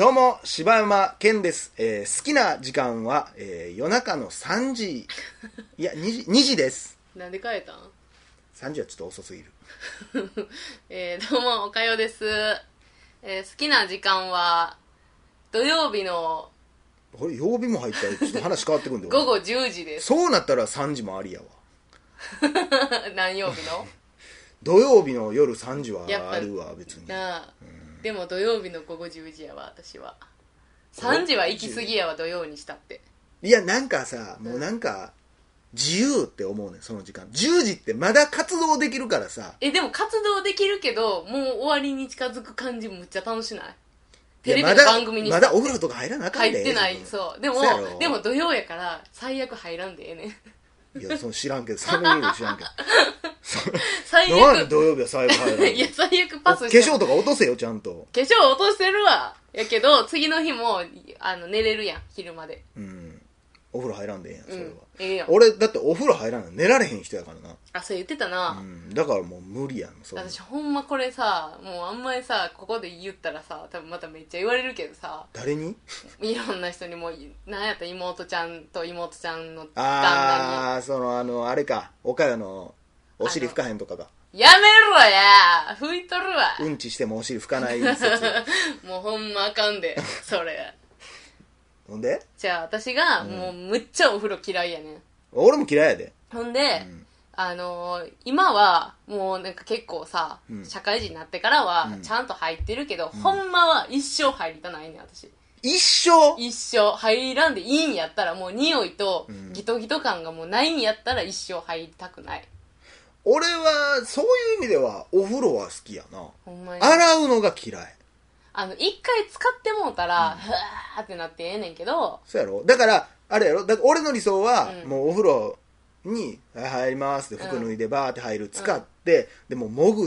どうも柴山健です、好きな時間は、夜中の3時いや2時です。 なんで変えたん 3時はちょっと遅すぎるどうもおかよです、好きな時間は土曜日のこれ曜日も入ったらちょっと話変わってくるんで午後10時です。 そうなったら3時もありやわ何曜日の土曜日の夜3時はあるわ別になあ、でも土曜日の午後10時やわ私は。3時は行き過ぎやわ土曜にしたって。 いやなんかさもうなんか自由って思うねんその時間。10時ってまだ活動できるからさ。 でも活動できるけどもう終わりに近づく感じむっちゃ楽しない？テレビの番組にまだお風呂とか入らなあかんで。 入ってない。そうでも土曜やから最悪入らんでええねん。 いやその知らんけどその意味で知らんけど最悪なんで土曜日は最後入らんいや最悪パスして化粧とか落とせよちゃんと。 化粧落としてるわ。やけど次の日も寝れるやん昼まで。 お風呂入らんでええやんそれは、 ええやん。 俺だってお風呂入らんの寝られへん人やからな。 そう言ってたな、 だからもう無理やんそれ。 私ほんまこれさもうあんまりさここで言ったらさ多分まためっちゃ言われるけどさ、 誰にいろんな人にもなんやったら妹ちゃんと妹ちゃんの旦那にそのあれか岡谷のお尻拭かへんとかがやめろや拭いとるわうんちしてもお尻拭かない説もうほんまあかんでそれほんでじゃあ私がもうむっちゃお風呂嫌いやねん。 俺も嫌いやで。 ほんで、今はもうなんか結構さ、社会人になってからはちゃんと入ってるけど、ほんまは一生入りたないねん私。 一生入らんでいいんやったらもう匂いとギトギト感がもうないんやったら一生入りたくない。 俺はそういう意味ではお風呂は好きやな。 ほんまに洗うのが嫌い。 一回使ってもうたら、ふわーってなってええねんけど。 そうやろ。だからあれやろ。だから俺の理想は、もうお風呂に入りますって服脱いでバーって入る、使って、でも潜って、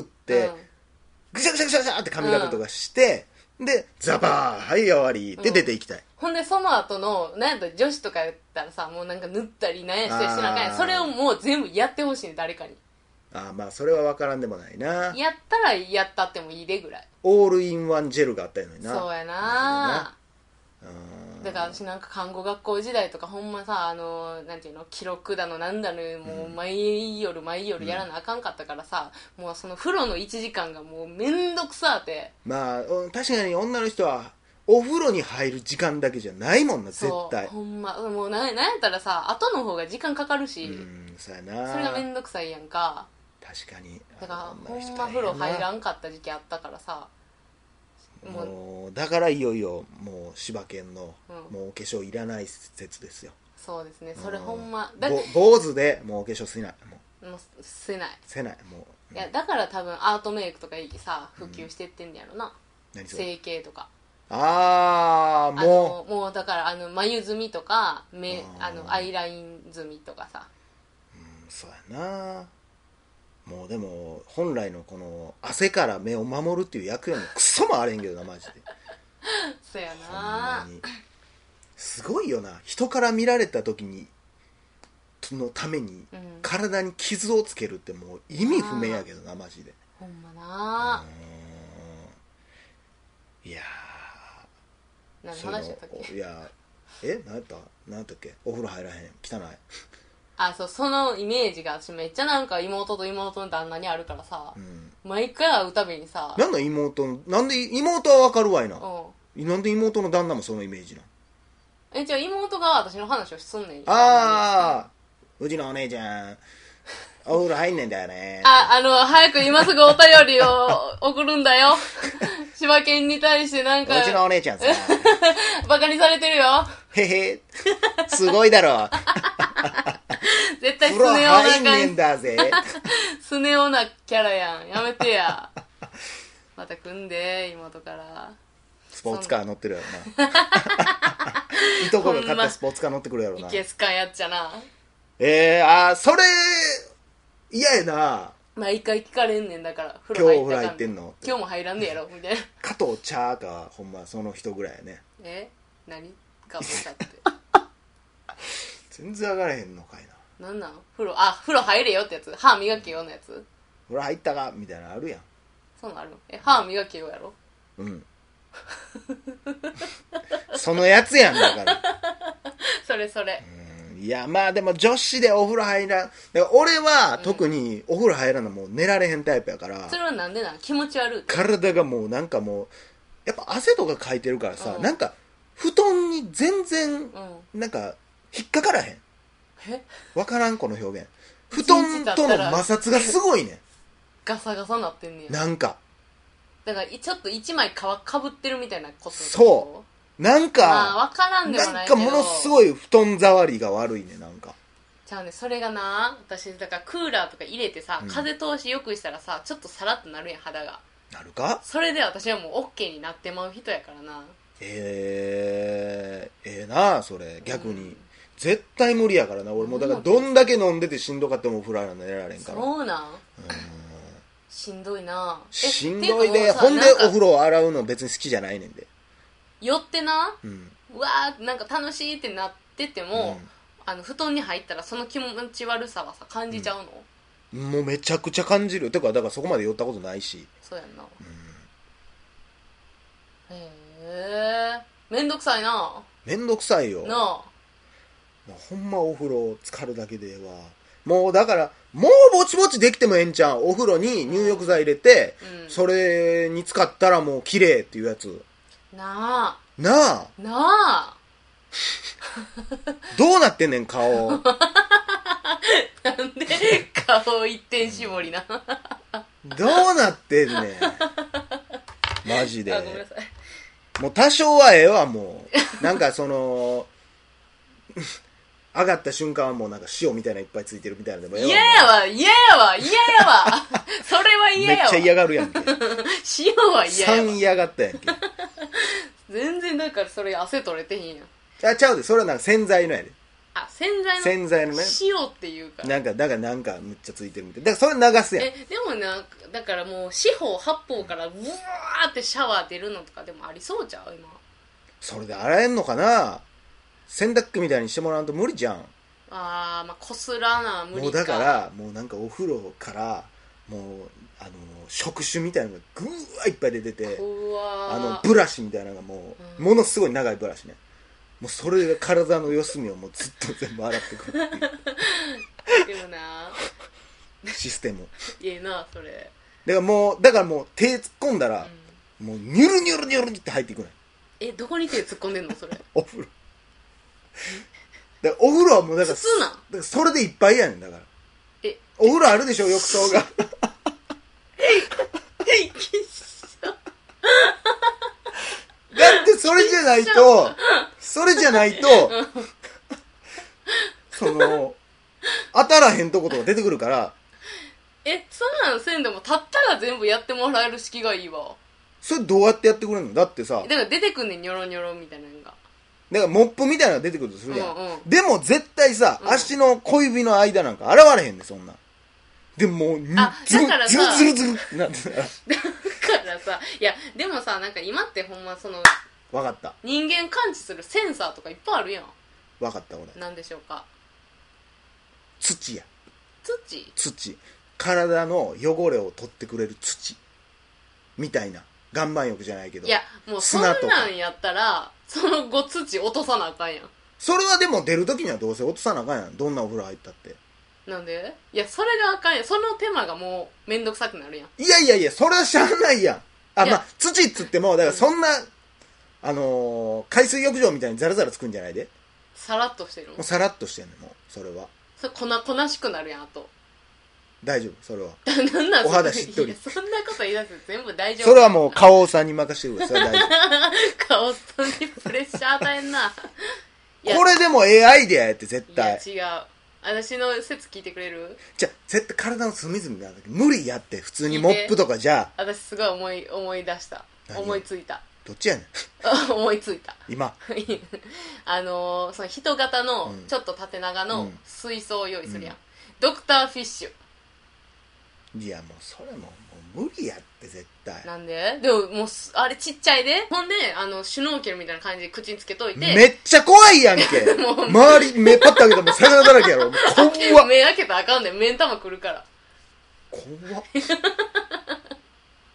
ぐしゃぐしゃぐしゃぐしゃって髪型とかして、でザバーはい終わりって出ていきたい、 ほんでその後のなんやったら女子とかやったらさもうなんか塗ったりなんやしたりしなあかんやん。それをもう全部やってほしいね誰かに。 まあそれは分からんでもないな。 やったらやったってもいいでぐらい。 オールインワンジェルがあったのにな。 そうやな。だから私なんか看護学校時代とかほんまさなんていうの記録だのなんだのもう毎夜やらなあかんかったからさ、もうその風呂の1時間がもうめんどくさって。 まあ確かに女の人はお風呂に入る時間だけじゃないもんな絶対。 ほんまもうなんやったらさ後の方が時間かかるし、 そうやな。 それがめんどくさいやんか。 確かに。 だからほんま風呂入らんかった時期あったからさ。 もうだからいよいよもう柴犬の、もうお化粧いらない説ですよ。 そうですねそれほんま坊主でもうお化粧せないもうせないもう、 いやだから多分アートメイクとかさ普及してってんだやろな、整形とか。もうだから眉墨とかアイライン墨とかさ。 そうやな。もうでも本来のこの汗から目を守るっていう役割もクソもあれへんけどなマジでそうやな。 すごいよな。人から見られた時にのために体に傷をつけるってもう意味不明やけどなマジで。 ほんまな。 いやー何の話やったっけ。 いや何やったっけ。お風呂入らへん汚いそのイメージが私めっちゃなんか妹と妹の旦那にあるからさ、毎回会うたびにさ。 なんで妹は分かるわいな。なんで妹の旦那もそのイメージなじゃあ妹が私の話をすんねん。 うちのお姉ちゃんお風呂入んねんだよね。 早く今すぐお便りを送るんだよ柴犬に対してなんかうちのお姉ちゃんさバカにされてるよ。 へへすごいだろ絶対ス風呂ネ夫入んねんだぜスネ夫なキャラやん。やめてやまた組んで妹からスポーツカー乗ってるやろないとこが買ったスポーツカー乗ってくるやろな。 いけすかんやっちゃな。 それ嫌やな。 毎回聞かれんねんだから今日お風呂入ってんの今日も入らんねやろみたいな。 加藤茶かほんまその人ぐらいやね。 何かぼちゃって全然上がれへんのかいな。 なん風呂入れよってやつ。歯磨けよのやつ。 風呂入ったかみたいなのあるやん。 そんなんある。歯磨けよやろ。 そのやつやんだからそれそれ。 いやまあでも女子でお風呂入らん、だから俺は特にお風呂入らんのもう寝られへんタイプやから、 それはなんでなん？気持ち悪い。 体がもうなんかもうやっぱ汗とかかいてるからさ、なんか布団に全然なんか引っかからへん。わからんこの表現。布団との摩擦がすごいねん。 ガサガサなってんねん。 なんかだからちょっと一枚皮かぶってるみたいなこと。 そうなんか、 まあ分からんでもないけど、 なんかものすごい布団触りが悪いね。なんかじゃあね、それがな、私だからクーラーとか入れてさ、風通しよくしたらさ、ちょっとサラッとなるやん、肌が。 なるか。 それで私はもう OK になってまう人やからな。 なあそれ逆に、絶対無理やからな。俺もだからどんだけ飲んでてしんどかってもお風呂入ら寝られんから。 そうなん。しんどいな。 しんどいで、ほんでお風呂洗うの別に好きじゃないねんで。 寄ってな、うわーなんか楽しいってなってても、布団に入ったらその気持ち悪さはさ感じちゃうの？ もうめちゃくちゃ感じる。てかだからそこまで寄ったことないし。 そうやんな。へえ、めんどくさいな。 めんどくさいよなあ。 もうほんまお風呂浸かるだけではもうだからもうぼちぼちできてもええんちゃん。お風呂に入浴剤入れて、それに使ったらもう綺麗っていうやつなあなあなあどうなってんねん顔なんで顔一点絞りなどうなってんねんマジで。 あ、ごめんなさい。 もう多少はええわ。もうなんかその上がった瞬間はもうなんか塩みたいなのいっぱいついてるみたいなのでもええわ。 嫌やわ嫌やわ嫌やわそれは嫌やわ。 めっちゃ嫌がるやんけ塩は嫌やわ。 3嫌がったやんけ全然だからそれ汗取れてへんやん。 ちゃうで、それはなんか洗剤のやで。 あ、洗剤のね塩っていうかなんかだからなんかむっちゃついてるみたいだからそれ流すやん。 でもな、だからもう四方八方からうわーってシャワー出るのとかでもありそうちゃう今。 それで洗えんのかな。洗濯機みたいにしてもらわんと無理じゃん。 まあこすらな無理か。 もうだからもうなんかお風呂からもう触手みたいなのがぐーわいっぱい出てて、ブラシみたいなのがもう、ものすごい長いブラシね。もうそれが体の四隅をもうずっと全部洗ってくるっていうでもなシステム。 いいなそれ。 だからもう手突っ込んだら、もうニュルニュルニュルって入っていくね。 どこに手突っ込んでんのそれお風呂だからお風呂はもうだから筒なんだからそれでいっぱいやねん。だからお風呂あるでしょ浴槽がだってそれじゃないとその当たらへんとことが出てくるから。 そんなんせんでもたったら全部やってもらえる式がいいわ。 それどうやってやってくれるの？だってさ、 だから出てくんねんニョロニョロみたいなのが。 だからモップみたいなのが出てくるとするやん、でも絶対さ、足の小指の間なんか洗われへんねんそんな。でももうだからさズルズルズルなんてだからさ、いやでもさ、なんか今ってほんまその分かった。 人間感知するセンサーとかいっぱいあるやん。 分かった俺。 なんでしょうか。 土や。 土。 体の汚れを取ってくれる土みたいな。岩盤浴じゃないけど。 いやもうそんなんやったらその後土落とさなあかんやん。 それはでも出るときにはどうせ落とさなあかんやん。どんなお風呂入ったって。 なんで？いやそれがあかんやん。その手間がもうめんどくさくなるやん。 いやそれはしゃあないやん。まあ土っつってもだからそんな、海水浴場みたいにザラザラつくんじゃないで。 さらっとしてるの？ もうさらっとしてんの。もうそれはそれ粉しくなるやん。あと大丈夫それはなんなんお肌しっとり。 そんなこと言い出す全部大丈夫。 それはもう花王さんに任せてくれ。それは大丈夫花王さんにプレッシャー与えんなこれでもええアイデアやって絶対。 いや違う。私の説聞いてくれる？ じゃ絶対体の隅々が無理やって。普通にモップとかじゃ。 私すごい思い出した。思いついた。 どっちやねん思いついた今その人型のちょっと縦長の水槽を用意するやん、ドクターフィッシュ。 いやもうそれもう無理やって絶対。 なんで？でももうあれちっちゃいで。ほんでシュノーケルみたいな感じで口につけといて。 めっちゃ怖いやんけ周り目パッと開けたらもう魚だらけやろ。怖っ。 目開けたらあかんねん。目ん玉くるから怖っ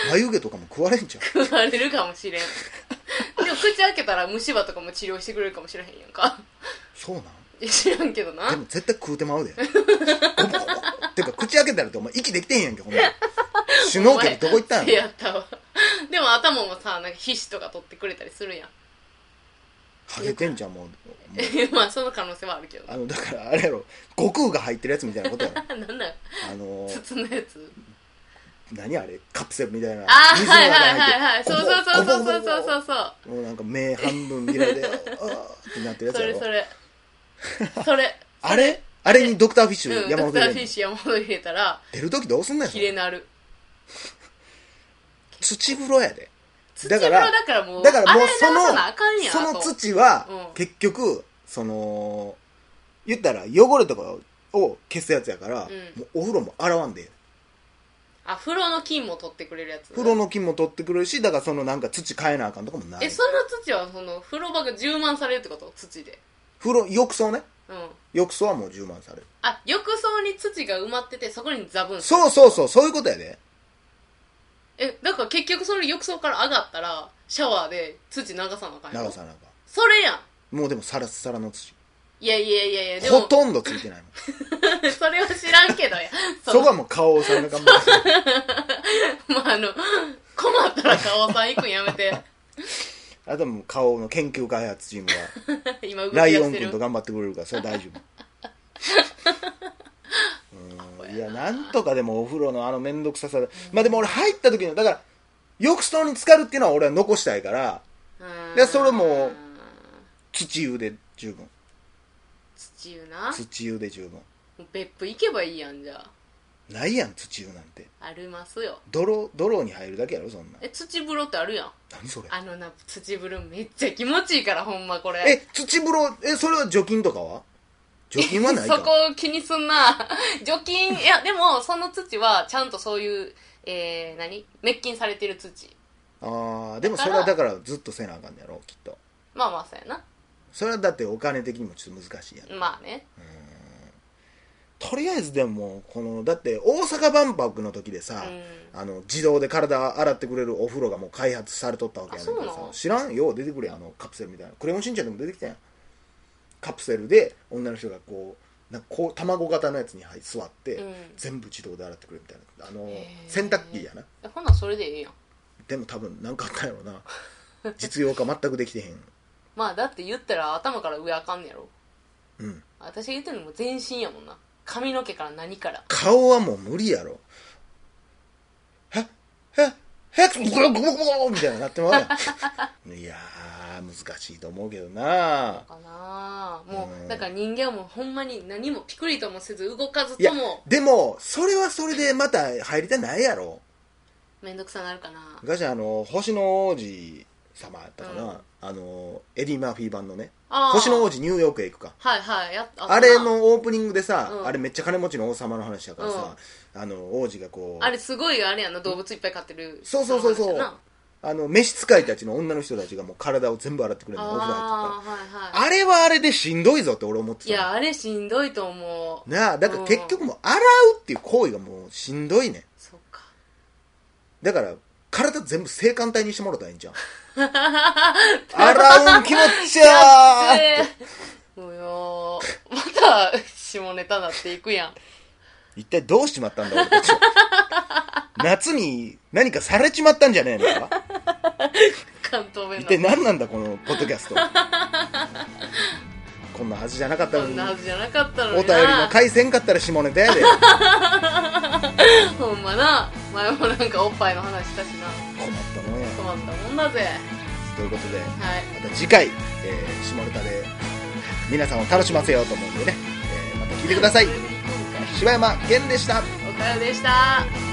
眉毛とかも食われんじゃん。 食われるかもしれん。でも口開けたら虫歯とかも治療してくれるかもしれへんやんか。 そうなん知らんけどな。 でも絶対食うてまうで。ゴボゴボってか口開けたらってお前息できてへんやんけ、ほんま。シュノーケルどこ行ったんやったわ。でも頭もさ、なんか皮脂とか取ってくれたりするやん。 ハゲてんじゃん、もう。 まあその可能性はあるけど。 だからあれやろ、悟空が入ってるやつみたいなことやろ。 なんだ筒のやつ。 何あれカプセルみたいな。 水の中に入って。そうそうそう。 もうなんか目半分見られて、あーってなってるやつやろ。 それ。 あれにドクターフィッシュ山ほど入れるの。 ドクターフィッシュ山ほど入れたら、 出るときどうすんねん。 きれいなる。 土風呂やで。 土風呂だからもうその土は、結局、言ったら汚れとかを消すやつやから、もうお風呂も洗わんで。 あ、風呂の菌も取ってくれるやつ。 風呂の菌も取ってくれるし、だからなんか土変えなあかんとかもない。 その土は風呂場が充満されるってこと？土で。 浴槽ね。浴槽はもう充満される。 あ、浴槽に土が埋まってて、そこにザブン。 そういうことやで。 だから結局それ浴槽から上がったら、シャワーで土流さなあかんやろ。 流さなあかん。 それやん。もうでもサラッサラの土。 いや、でも。 ほとんどついてないもん。 それは知らんけどや。 そこはもう顔をさんが頑張って。 まあ困ったら顔さん行くんやめて。 あともう顔の研究開発チームが今動きライ出してる。 オン君と頑張ってくれるからそれ大丈夫。いやなんとかでもお風呂のめんどくささで、まあでも俺入った時のだから浴槽に浸かるっていうのは俺は残したいから、でそれも土湯で十分。 土湯な。 土湯で十分。 別府行けばいいやんじゃあ。 ないやん土湯なんて。 ありますよ。 泥に入るだけやろそんな。 土風呂ってあるやん。 何それ。 土風呂めっちゃ気持ちいいからほんまこれ。 土風呂それは除菌とかは？除菌はないか。 そこ気にすんな。除菌いやでもその土はちゃんとそういう滅菌されてる土。 ああでもそれはだからずっとせなあかんやろきっと。 まあそうやな。 それはだってお金的にもちょっと難しいやん。 まあね。 とりあえずでもだって大阪万博の時でさ、自動で体洗ってくれるお風呂がもう開発されとったわけやねんけどさ、知らんよう出てくるやんカプセルみたいな。クレヨンしんちゃんでも出てきたやん。カプセルで女の人がなんか卵型のやつに座って、全部自動で洗ってくれるみたいな洗濯機やな。 ほんならそれでええやん。 でも多分なんかあったんやろな。実用化全くできてへん。 まあだって言ったら頭から上あかんねやろ。 私が言ってるのも全身やもんな。髪の毛から何から顔はもう無理やろ。ゴロゴロゴロみたいなってもらういやー難しいと思うけどな。 かなもうだから人間はもうほんまに何もピクリともせず動かずとも。 でもそれはそれでまた入りたないやろ。 めんどくさなるかな。 昔星の王子様やったかな、エディ・マーフィー版のね、星の王子ニューヨークへ行くか。あれのオープニングでさ、あれめっちゃ金持ちの王様の話やからさ、王子があれすごいあれやな、動物いっぱい飼ってる。 そう召使いたちの女の人たちがもう体を全部洗ってくれるのお風呂入ってるから、あれはあれでしんどいぞって俺思ってた。 いやあれしんどいと思うなあ。だから結局もう洗うっていう行為がもうしんどいねん。 そっか。だから体全部性感帯にしてもらったらいいんじゃん。洗うん気持ちやー。 もうよー、また下ネタなっていくやん。 一体どうしちまったんだ俺たちは。夏に何かされちまったんじゃねえのか。 関東弁の。 一体何なんだこのポッドキャスト。こんなはずじゃなかったのに。 こんなはずじゃなかったのにな。 お便りの回せんかったら下ネタやで。 ほんまな。前もなんかおっぱいの話したしな。 困ったもんや。 困ったもんだぜ。 ということで、また次回、下ネタで皆さんを楽しませようと思うんでね、また聞いてください。柴山健でした。 おかよでした。